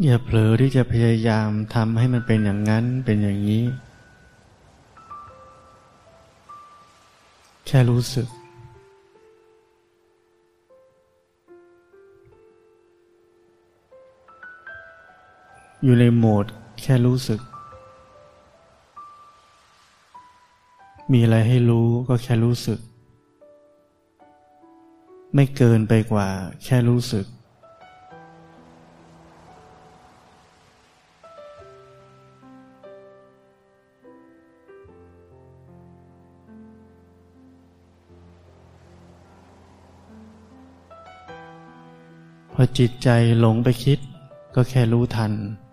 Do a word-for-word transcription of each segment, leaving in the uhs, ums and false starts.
อย่าเผลอที่จะพยายามทำให้มันเป็นอย่างนั้นเป็นอย่างนี้แค่รู้สึกอยู่ในโหมดแค่รู้สึกมีอะไรให้รู้ก็แค่รู้สึกไม่เกินไปกว่าแค่รู้สึกพอจิตใจหลงไปคิดก็แค่รู้ทัน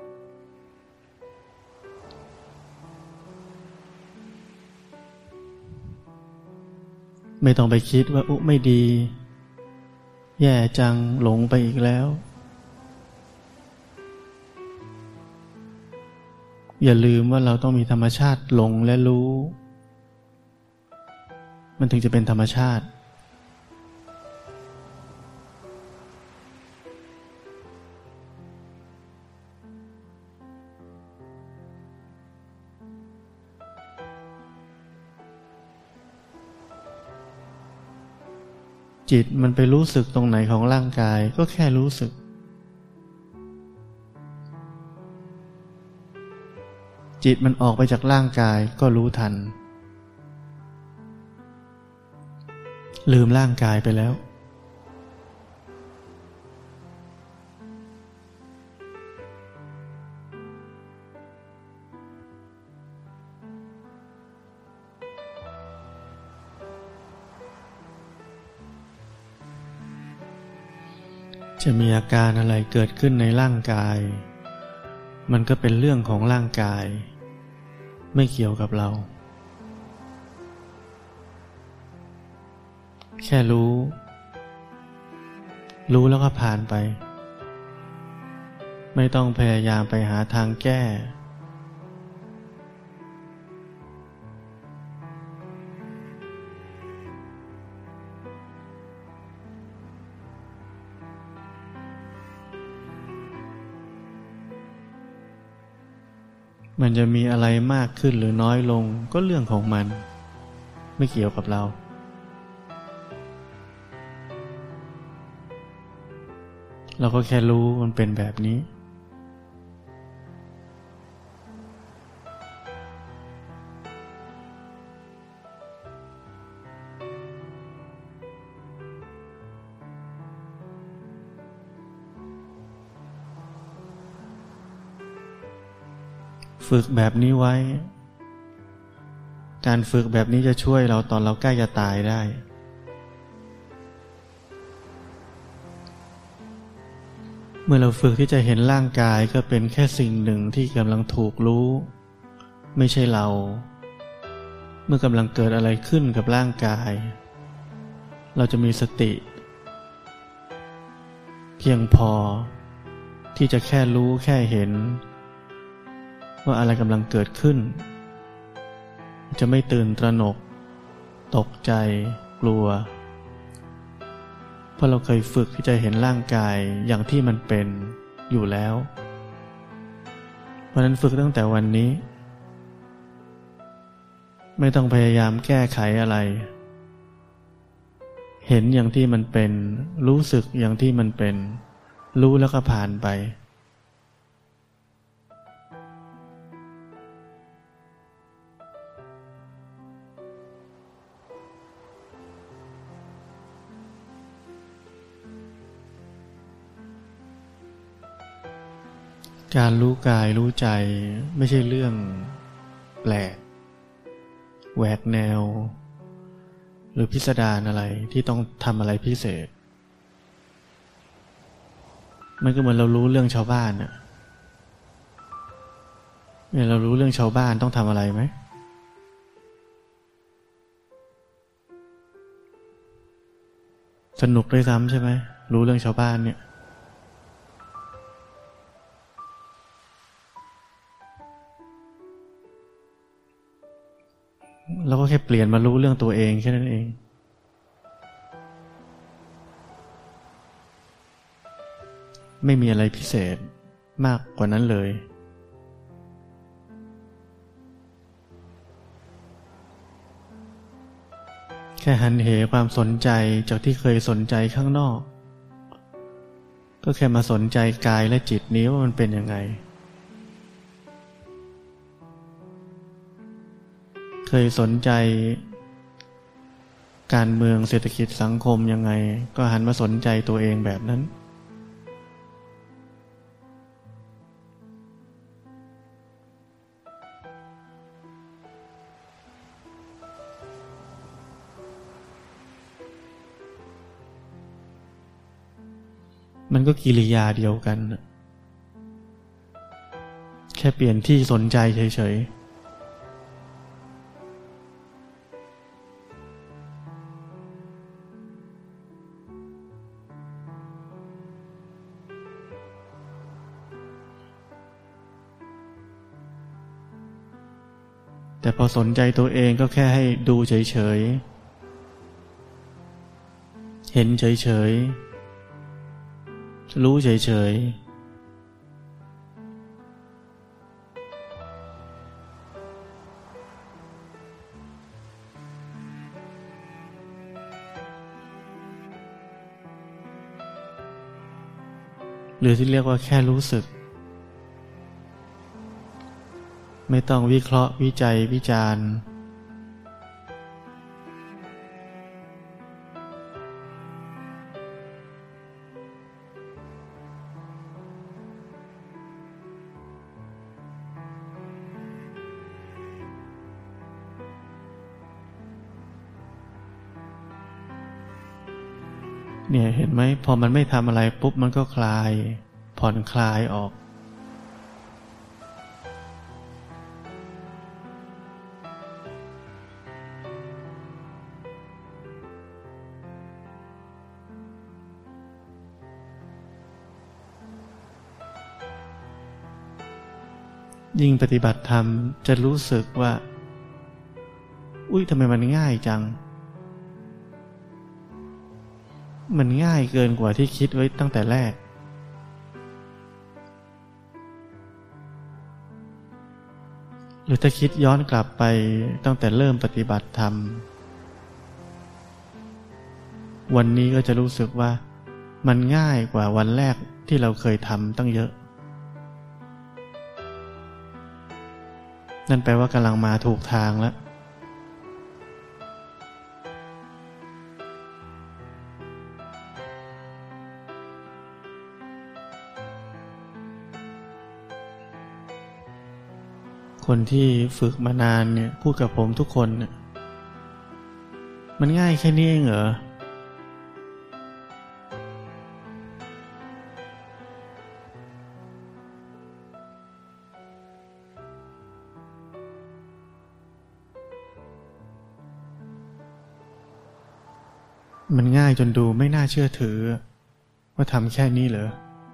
ไม่ต้องไปคิดว่าอุ๊ไม่ดีแย่จังหลงไปอีกแล้วอย่าลืมว่าเราต้องมีธรรมชาติหลงและรู้มันถึงจะเป็นธรรมชาติจิตมันไปรู้สึกตรงไหนของร่างกายก็แค่รู้สึกจิตมันออกไปจากร่างกายก็รู้ทันลืมร่างกายไปแล้วจะมีอาการอะไรเกิดขึ้นในร่างกายมันก็เป็นเรื่องของร่างกายไม่เกี่ยวกับเราแค่รู้รู้แล้วก็ผ่านไปไม่ต้องพยายามไปหาทางแก้มันจะมีอะไรมากขึ้นหรือน้อยลงก็เรื่องของมันไม่เกี่ยวกับเราเราก็แค่รู้มันเป็นแบบนี้ฝึกแบบนี้ไว้การฝึกแบบนี้จะช่วยเราตอนเราใกล้จะตายได้เมื่อเราฝึกที่จะเห็นร่างกายก็เป็นแค่สิ่งหนึ่งที่กำลังถูกรู้ไม่ใช่เราเมื่อกำลังเกิดอะไรขึ้นกับร่างกายเราจะมีสติเพียงพอที่จะแค่รู้แค่เห็นว่าอะไรกำลังเกิดขึ้นจะไม่ตื่นตระหนกตกใจกลัวเพราะเราเคยฝึกที่จะเห็นร่างกายอย่างที่มันเป็นอยู่แล้วเพราะนั้นฝึกตั้งแต่วันนี้ไม่ต้องพยายามแก้ไขอะไรเห็นอย่างที่มันเป็นรู้สึกอย่างที่มันเป็นรู้แล้วก็ผ่านไปการรู้กายรู้ใจไม่ใช่เรื่องแปลกแหวกแนวหรือพิสดารอะไรที่ต้องทำอะไรพิเศษมันก็เหมือนเรารู้เรื่องชาวบ้านน่ะเนี่ยเรารู้เรื่องชาวบ้านต้องทำอะไรไหมสนุกด้วยซ้ำใช่ไหมรู้เรื่องชาวบ้านเนี่ยเราก็แค่เปลี่ยนมารู้เรื่องตัวเองแค่นั้นเองไม่มีอะไรพิเศษมากกว่านั้นเลยแค่หันเหความสนใจจากที่เคยสนใจข้างนอกก็แค่มาสนใจกายและจิตนี้ว่ามันเป็นยังไงเคยสนใจการเมืองเศรษฐกิจสังคมยังไงก็หันมาสนใจตัวเองแบบนั้นมันก็กิริยาเดียวกันแค่เปลี่ยนที่สนใจเฉยๆแต่พอสนใจตัวเองก็แค่ให้ดูเฉยๆเห็นเฉยๆรู้เฉยๆหรือที่เรียกว่าแค่รู้สึกไม่ต้องวิเคราะห์วิจัยวิจารณ์เนี่ยเห็นไหมพอมันไม่ทำอะไรปุ๊บมันก็คลายผ่อนคลายออกยิ่งปฏิบัติธรรมจะรู้สึกว่าอุ๊ยทำไมมันง่ายจังมันง่ายเกินกว่าที่คิดไว้ตั้งแต่แรกหรือถ้าคิดย้อนกลับไปตั้งแต่เริ่มปฏิบัติธรรมวันนี้ก็จะรู้สึกว่ามันง่ายกว่าวันแรกที่เราเคยทำตั้งเยอะนั่นแปลว่ากำลังมาถูกทางแล้วคนที่ฝึกมานานเนี่ยพูดกับผมทุกคนเนี่ยมันง่ายแค่นี้เองเหรอมันง่ายจนดูไม่น่าเชื่อถือว่าทำแค่นี้เหรอ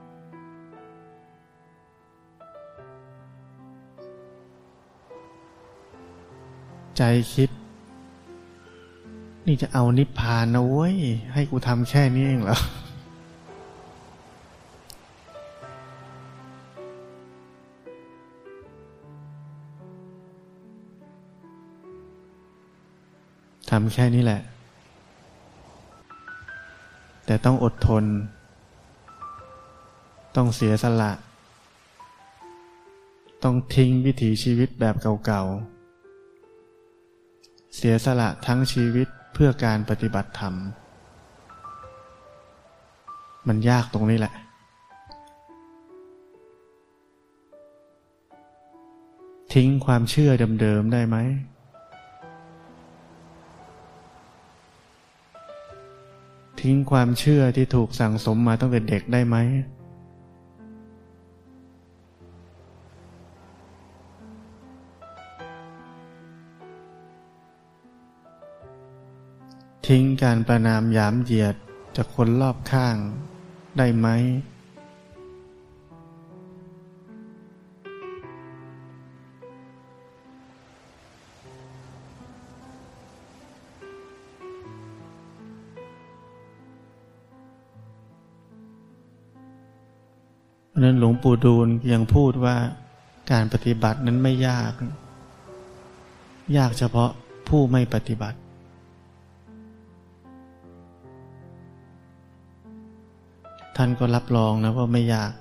ใจคิดนี่จะเอานิพพานนะเว้ยให้กูทำแค่นี้เองเหรอทำแค่นี้แหละแต่ต้องอดทนต้องเสียสละต้องทิ้งวิถีชีวิตแบบเก่าๆเสียสละทั้งชีวิตเพื่อการปฏิบัติธรรมมันยากตรงนี้แหละทิ้งความเชื่อเดิมๆได้ไหมทิ้งความเชื่อที่ถูกสั่งสมมาตั้งแต่เด็กได้ไหมทิ้งการประณามหยามเหยียดจากคนรอบข้างได้ไหมราะนั้นหลวงปู่ดูลยังพูดว่าการปฏิบัตินั้นไม่ยากยากเฉพาะผู้ไม่ปฏิบัติท่านก็รับรองนะว่าไม่ยาก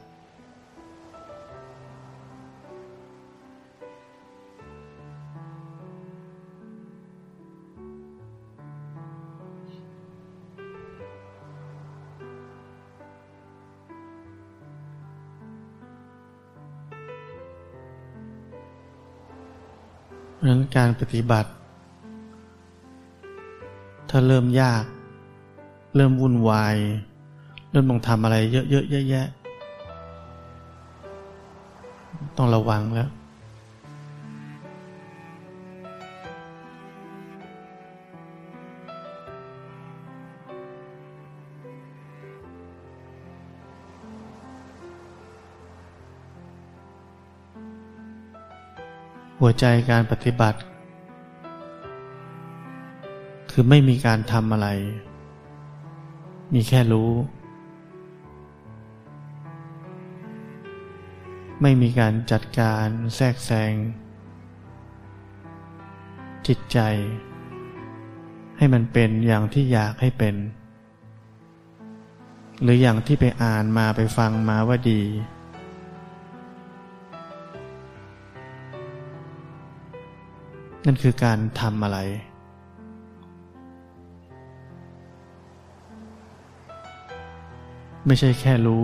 เพราะฉะนั้นการปฏิบัติถ้าเริ่มยากเริ่มวุ่นวายเริ่มต้องทำอะไรเยอะๆแยะๆต้องระวังแล้วหัวใจการปฏิบัติคือไม่มีการทำอะไรมีแค่รู้ไม่มีการจัดการแทรกแซงจิตใจให้มันเป็นอย่างที่อยากให้เป็นหรืออย่างที่ไปอ่านมาไปฟังมาว่าดีนั่นคือการทำอะไรไม่ใช่แค่รู้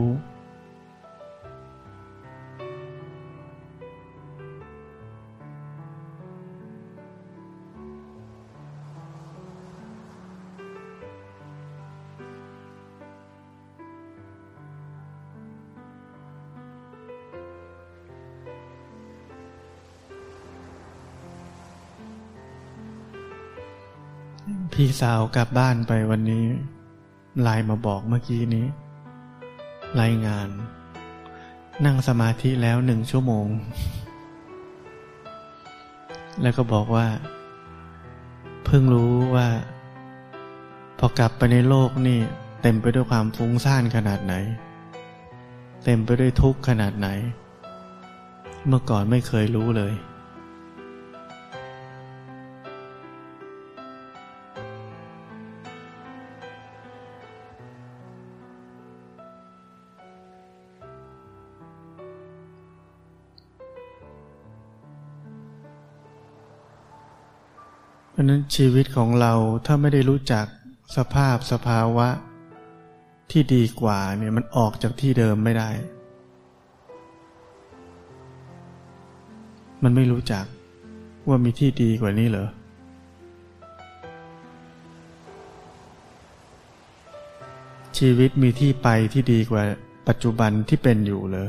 พี่สาวกลับบ้านไปวันนี้ไลน์มาบอกเมื่อกี้นี้รายงานนั่งสมาธิแล้วหนึ่งชั่วโมงแล้วก็บอกว่าเพิ่งรู้ว่าพอกลับไปในโลกนี่เต็มไปด้วยความฟุ้งซ่านขนาดไหนเต็มไปด้วยทุกข์ขนาดไหนเมื่อก่อนไม่เคยรู้เลยเพราะนั้นชีวิตของเราถ้าไม่ได้รู้จักสภาพสภาวะที่ดีกว่าเนี่ยมันออกจากที่เดิมไม่ได้มันไม่รู้จักว่ามีที่ดีกว่านี้เหรอชีวิตมีที่ไปที่ดีกว่าปัจจุบันที่เป็นอยู่เหรอ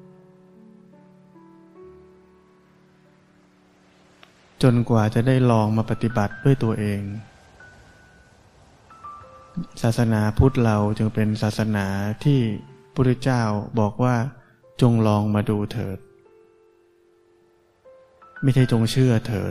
จนกว่าจะได้ลองมาปฏิบัติด้วยตัวเองศาสนาพุทธเราจึงเป็นศาสนาที่พระพุทธเจ้าบอกว่าจงลองมาดูเถิดไม่ใช่จงเชื่อเถิด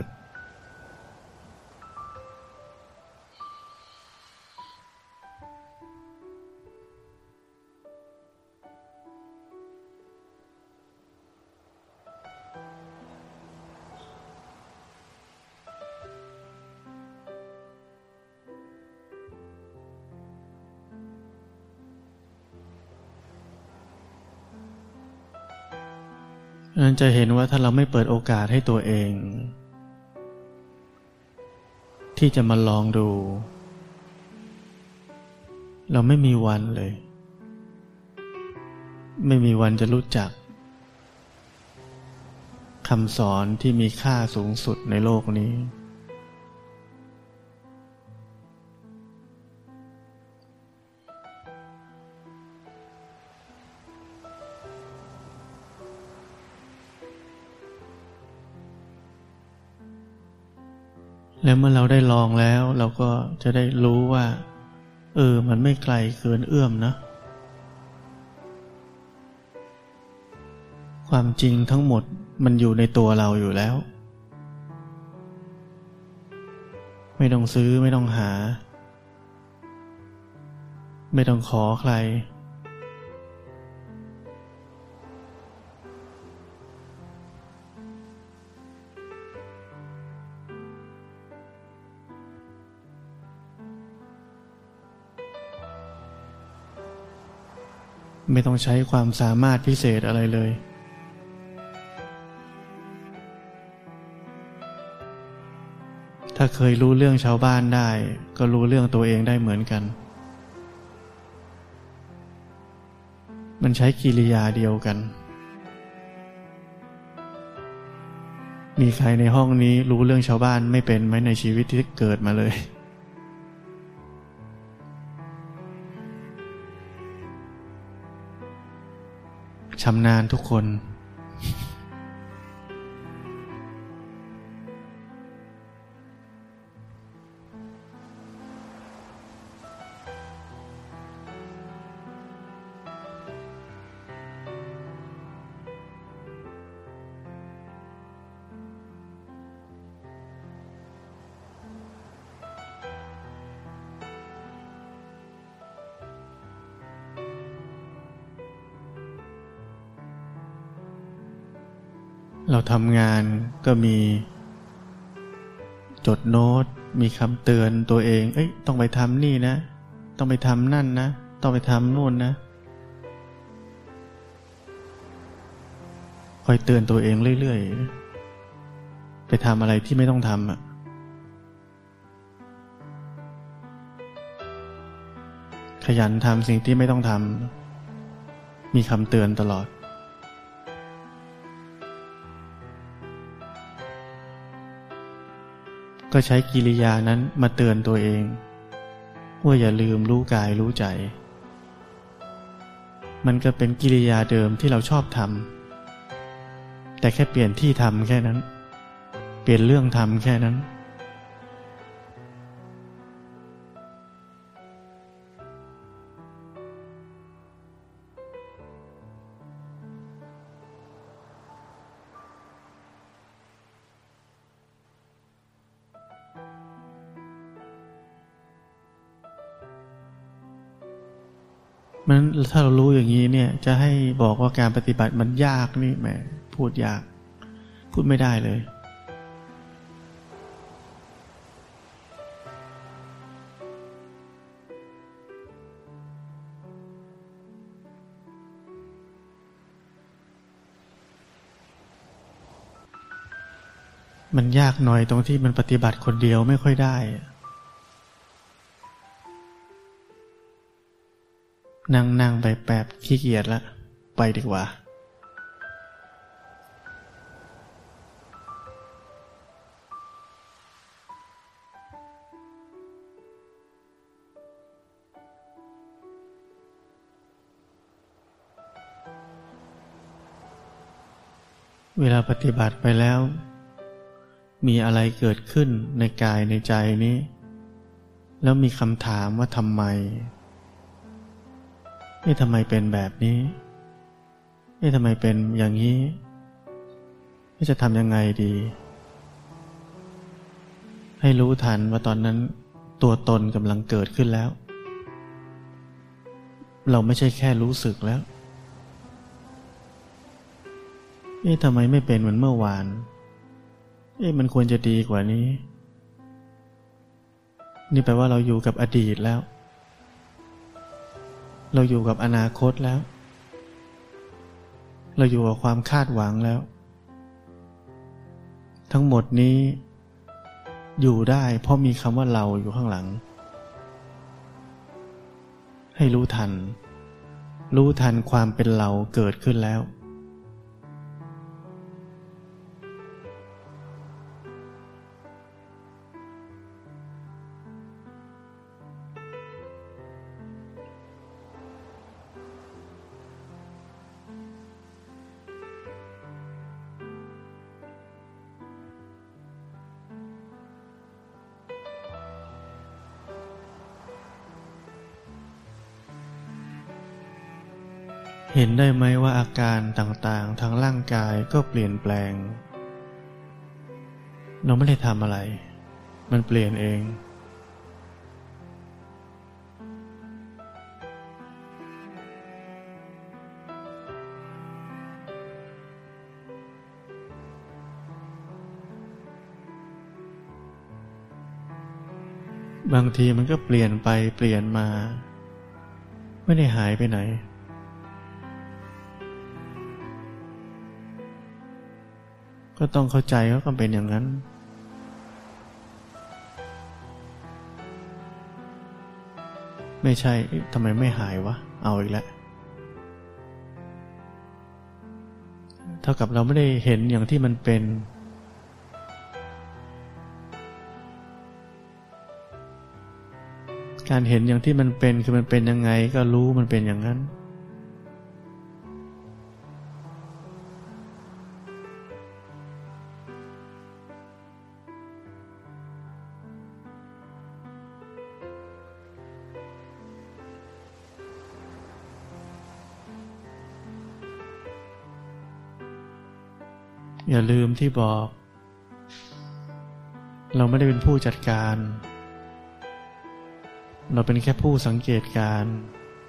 นั้นจะเห็นว่าถ้าเราไม่เปิดโอกาสให้ตัวเองที่จะมาลองดูเราไม่มีวันเลยไม่มีวันจะรู้จักคำสอนที่มีค่าสูงสุดในโลกนี้แล้วเมื่อเราได้ลองแล้วเราก็จะได้รู้ว่าเออมันไม่ไกลเกินเอื้อมนะความจริงทั้งหมดมันอยู่ในตัวเราอยู่แล้วไม่ต้องซื้อไม่ต้องหาไม่ต้องขอใครไม่ต้องใช้ความสามารถพิเศษอะไรเลยถ้าเคยรู้เรื่องชาวบ้านได้ก็รู้เรื่องตัวเองได้เหมือนกันมันใช้กิริยาเดียวกันมีใครในห้องนี้รู้เรื่องชาวบ้านไม่เป็นไหมในชีวิตที่เกิดมาเลยชำนาญทุกคนเราทำงานก็มีจดโน้ตมีคำเตือนตัวเองเอ้ยต้องไปทำนี่นะต้องไปทำนั่นนะต้องไปทำนู่นนะคอยเตือนตัวเองเรื่อยๆไปทำอะไรที่ไม่ต้องทำอ่ะขยันทำสิ่งที่ไม่ต้องทำมีคำเตือนตลอดก็ใช้กิริยานั้นมาเตือนตัวเองว่าอย่าลืมรู้กายรู้ใจมันก็เป็นกิริยาเดิมที่เราชอบทำแต่แค่เปลี่ยนที่ทำแค่นั้นเปลี่ยนเรื่องทำแค่นั้นมันถ้าเรารู้อย่างนี้เนี่ยจะให้บอกว่าการปฏิบัติมันยากนี่แหมพูดยากพูดไม่ได้เลยมันยากหน่อยตรงที่มันปฏิบัติคนเดียวไม่ค่อยได้นั่งนั่งไปแป๊บขี้เกียจละไปดีกว่าเวลาปฏิบัติไปแล้วมีอะไรเกิดขึ้นในกายในใจนี้แล้วมีคำถามว่าทำไมเอ๊ะทำไมเป็นแบบนี้เอ๊ะทำไมเป็นอย่างนี้จะทำยังไงดีให้รู้ทันว่าตอนนั้นตัวตนกำลังเกิดขึ้นแล้วเราไม่ใช่แค่รู้สึกแล้วเอ๊ะทำไมไม่เป็นเหมือนเมื่อวานเอ๊ะมันควรจะดีกว่านี้นี่แปลว่าเราอยู่กับอดีตแล้วเราอยู่กับอนาคตแล้วเราอยู่กับความคาดหวังแล้วทั้งหมดนี้อยู่ได้เพราะมีคำว่าเราอยู่ข้างหลังให้รู้ทันรู้ทันความเป็นเราเกิดขึ้นแล้วเห็นได้ไหมว่าอาการต่างๆทางร่างกายก็เปลี่ยนแปลงเราไม่ได้ทำอะไรมันเปลี่ยนเองบางทีมันก็เปลี่ยนไปเปลี่ยนมาไม่ได้หายไปไหนก็ต้องเข้าใจว่าก็เป็นอย่างนั้นไม่ใช่ทำไมไม่หายวะเอาอีกแล้วเท่ากับเราไม่ได้เห็นอย่างที่มันเป็นการเห็นอย่างที่มันเป็นคือมันเป็นยังไงก็รู้มันเป็นอย่างนั้นอย่าลืมที่บอกเราไม่ได้เป็นผู้จัดการเราเป็นแค่ผู้สังเกตการณ์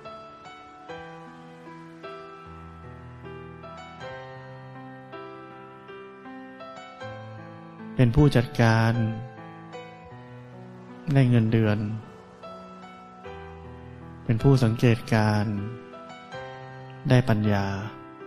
เป็นผู้จัดการได้เงินเดือนเป็นผู้สังเกตการณ์ได้ปัญญา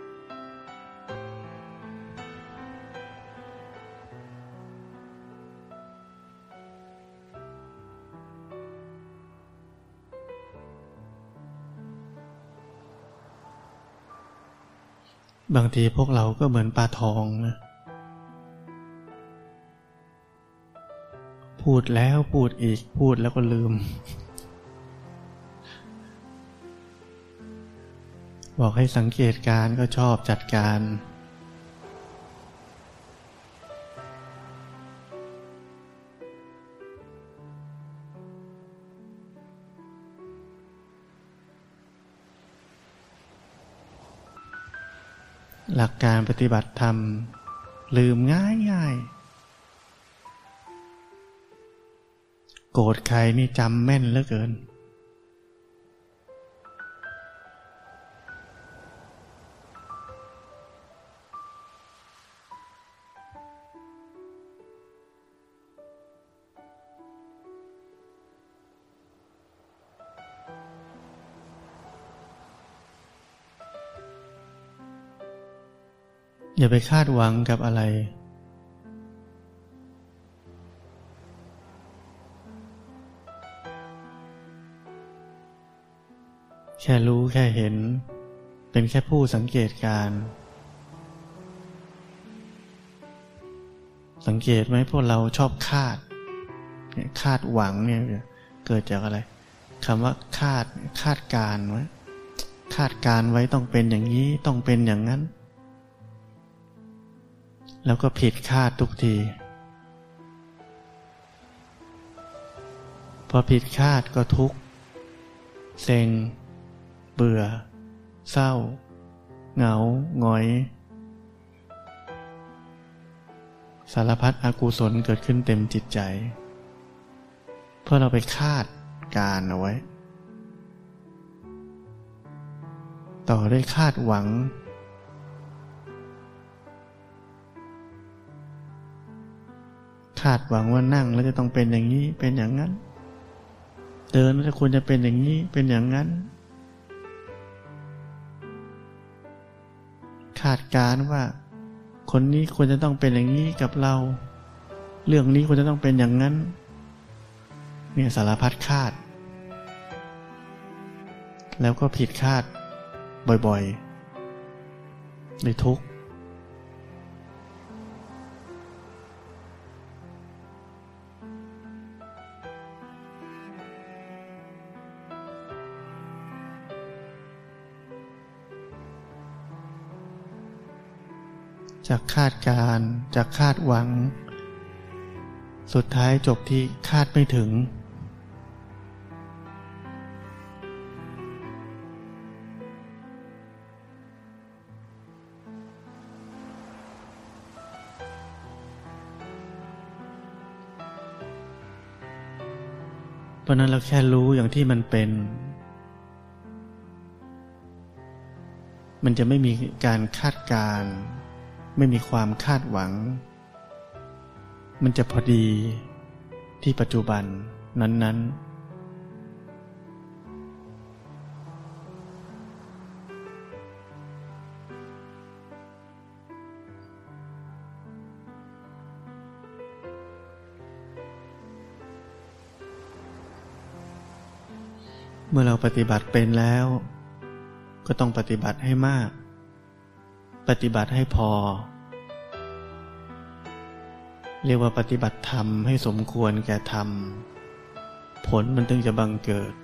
บางทีพวกเราก็เหมือนปลาทองนะพูดแล้วพูดอีกพูดแล้วก็ลืมบอกให้สังเกตการก็ชอบจัดการหลักการปฏิบัติธรรมลืมง่ายง่ายโกรธใครนี่จำแม่นเหลือเกินอย่าไปคาดหวังกับอะไรแค่รู้แค่เห็นเป็นแค่ผู้สังเกตการณ์สังเกตไหมพวกเราชอบคาดคาดหวังเนี่ยเกิดจากอะไรคำว่าคาดคาดการไว้คาดการไว้ต้องเป็นอย่างนี้ต้องเป็นอย่างนั้นแล้วก็ผิดคาดทุกทีพอผิดคาดก็ทุกข์เซ็งเบื่อเศร้าเหงาหงอยสารพัดอกุศลเกิดขึ้นเต็มจิตใจเพราะเราไปคาดการเอาไว้ต่อได้คาดหวังคาดหวังว่านั่งแล้วจะต้องเป็นอย่างนี้เป็นอย่างนั้นเดินแล้วควรจะเป็นอย่างนี้เป็นอย่างนั้นคาดการว่าคนนี้ควรจะต้องเป็นอย่างนี้กับเราเรื่องนี้ควรจะต้องเป็นอย่างนั้นเนี่ยสารพัดคาดแล้วก็ผิดคาดบ่อยๆเลยทุกข์จากคาดการจากคาดหวังสุดท้ายจบที่คาดไม่ถึงเพราะนั้นเราแค่รู้อย่างที่มันเป็นมันจะไม่มีการคาดการณ์ไม่มีความคาดหวังมันจะพอดีที่ปัจจุบันนั้นๆเมื่อเราปฏิบัติเป็นแล้วก็ต้องปฏิบัติให้มากปฏิบัติให้พอเรียกว่าปฏิบัติธรรมให้สมควรแก่ธรรมผลมันถึงจะบังเกิด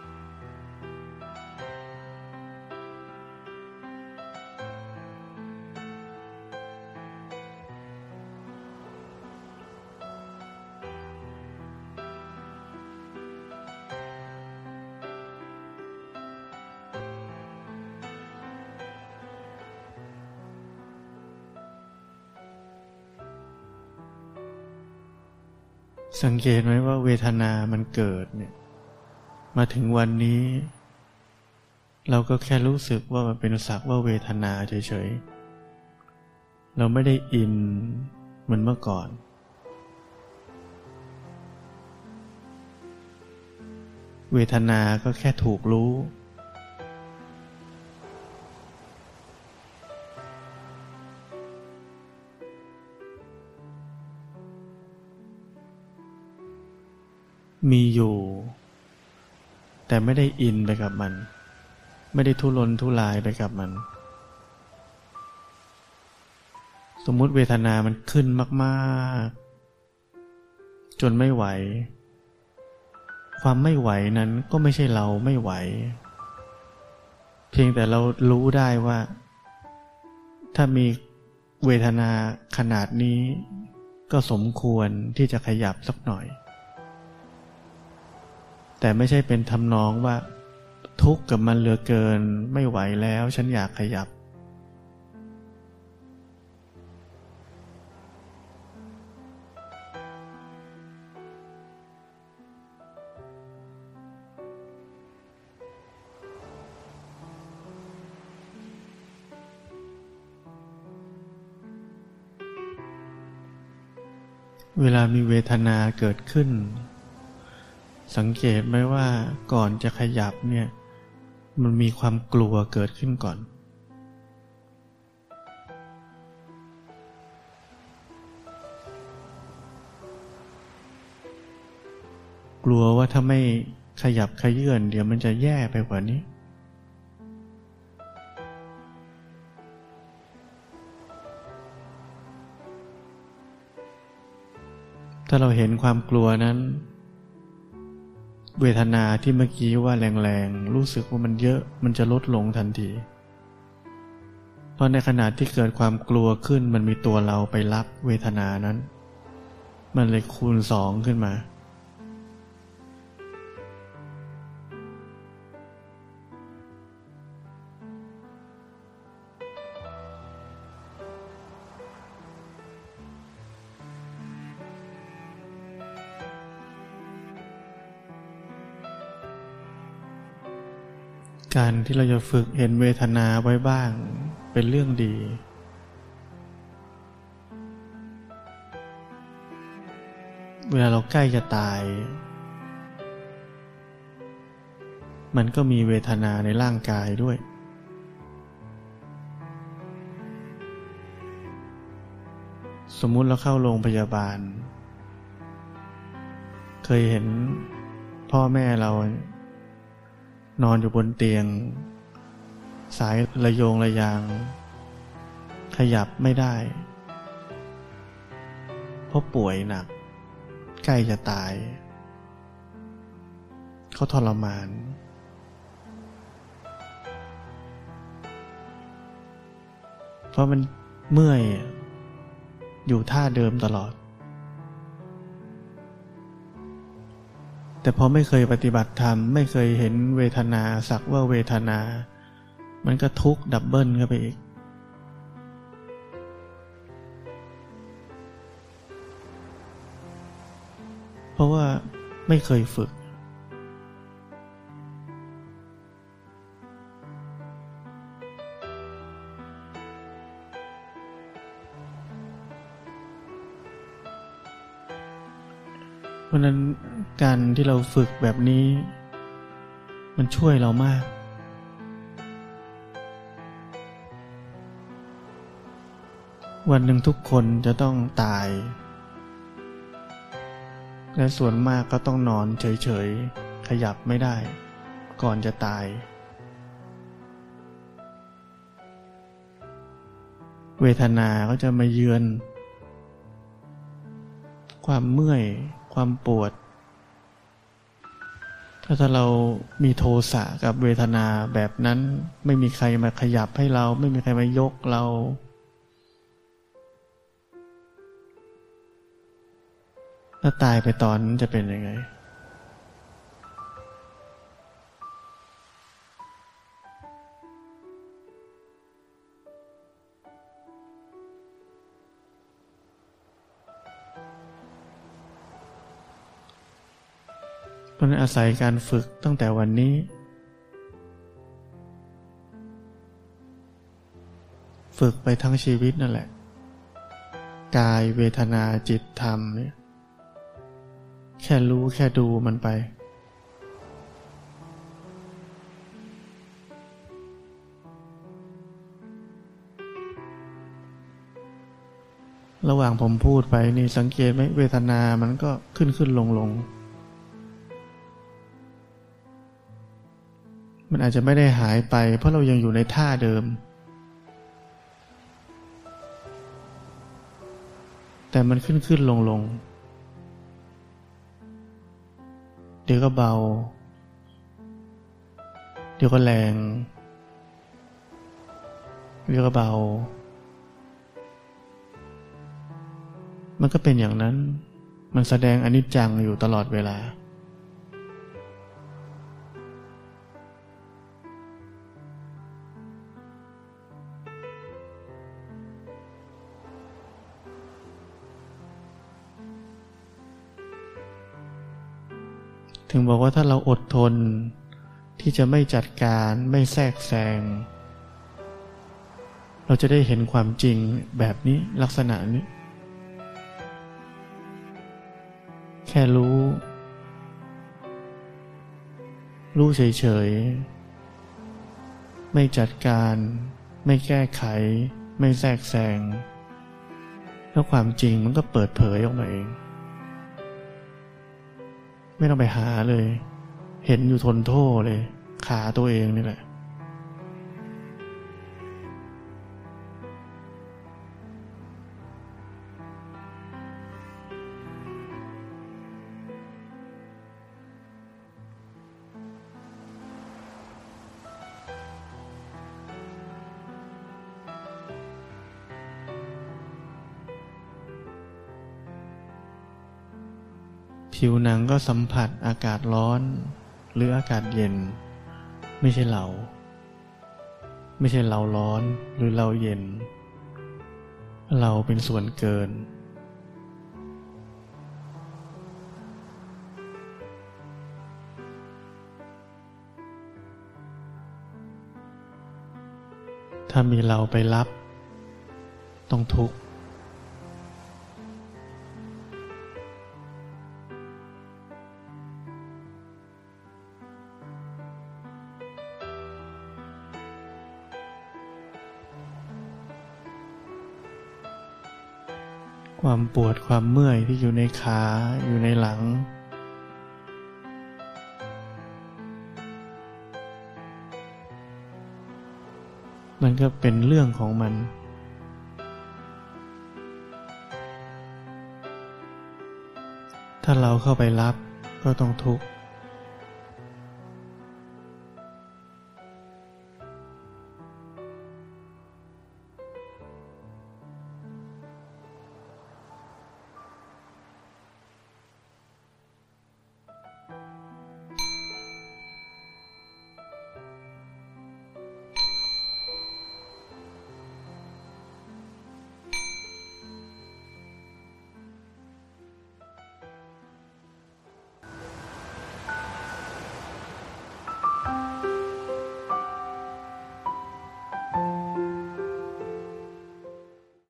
สังเกตไหมว่าเวทนามันเกิดเนี่ยมาถึงวันนี้เราก็แค่รู้สึกว่ามันเป็นสักว่าเวทนาเฉยๆเราไม่ได้อินเหมือนเมื่อก่อนเวทนาก็แค่ถูกรู้มีอยู่แต่ไม่ได้อินไปกับมันไม่ได้ทุรนทุรายไปกับมันสมมุติเวทนามันขึ้นมากๆจนไม่ไหวความไม่ไหวนั้นก็ไม่ใช่เราไม่ไหวเพียงแต่เรารู้ได้ว่าถ้ามีเวทนาขนาดนี้ก็สมควรที่จะขยับสักหน่อยแต่ไม่ใช่เป็นทำนองว่าทุกข์กับมันเหลือเกินไม่ไหวแล้วฉันอยากขยับเวลามีเวทนาเกิดขึ้นสังเกตไหมว่าก่อนจะขยับเนี่ยมันมีความกลัวเกิดขึ้นก่อนกลัวว่าถ้าไม่ขยับขยื่นเดี๋ยวมันจะแย่ไปกว่านี้ถ้าเราเห็นความกลัวนั้นเวทนาที่เมื่อกี้ว่าแรงๆรู้สึกว่ามันเยอะมันจะลดลงทันทีเพราะในขณะที่เกิดความกลัวขึ้นมันมีตัวเราไปรับเวทนานั้นมันเลยคูณสองขึ้นมาการที่เราจะฝึกเห็นเวทนาไว้บ้างเป็นเรื่องดีเวลาเราใกล้จะตายมันก็มีเวทนาในร่างกายด้วยสมมุติเราเข้าโรงพยาบาลเคยเห็นพ่อแม่เรานอนอยู่บนเตียงสายระโยงระยางขยับไม่ได้เพราะป่วยหนักใกล้จะตายเขาทรมานเพราะมันเมื่อยอยู่ท่าเดิมตลอดแต่พอไม่เคยปฏิบัติธรรมไม่เคยเห็นเวทนาสักว่าเวทนามันก็ทุกข์ดับเบิลเข้าไปอีกเพราะว่าไม่เคยฝึกเพราะนั้นการที่เราฝึกแบบนี้มันช่วยเรามากวันหนึ่งทุกคนจะต้องตายและส่วนมากก็ต้องนอนเฉยๆขยับไม่ได้ก่อนจะตายเวทนาก็จะมาเยือนความเมื่อยความปวดถ้าถ้าเรามีโทสะกับเวทนาแบบนั้นไม่มีใครมาขยับให้เราไม่มีใครมายกเราถ้าตายไปตอนนั้นจะเป็นยังไงเพราะนั้นอาศัยการฝึกตั้งแต่วันนี้ฝึกไปทั้งชีวิตนั่นแหละกายเวทนาจิตธรรมเนี่ยแค่รู้แค่ดูมันไประหว่างผมพูดไปนี่สังเกตไหมเวทนามันก็ขึ้นขึ้นลงลงมันอาจจะไม่ได้หายไปเพราะเรายังอยู่ในท่าเดิมแต่มันขึ้นขึ้นลงลงเดี๋ยวก็เบาเดี๋ยวก็แรงเดี๋ยวก็เบามันก็เป็นอย่างนั้นมันแสดงอนิจจังอยู่ตลอดเวลาถึงบอกว่าถ้าเราอดทนที่จะไม่จัดการไม่แทรกแซงเราจะได้เห็นความจริงแบบนี้ลักษณะนี้แค่รู้รู้เฉยๆไม่จัดการไม่แก้ไขไม่แทรกแซงแล้วความจริงมันก็เปิดเผยออกมาเองไม่ต้องไปหาเลยเห็นอยู่ทนโทษเลยขาตัวเองนี่แหละผิวหนังก็สัมผัสอากาศร้อนหรืออากาศเย็นไม่ใช่เราไม่ใช่เราร้อนหรือเราเย็นเราเป็นส่วนเกินถ้ามีเราไปรับต้องทุกข์ความปวดความเมื่อยที่อยู่ในขาอยู่ในหลังมันก็เป็นเรื่องของมันถ้าเราเข้าไปรับก็ต้องทุกข์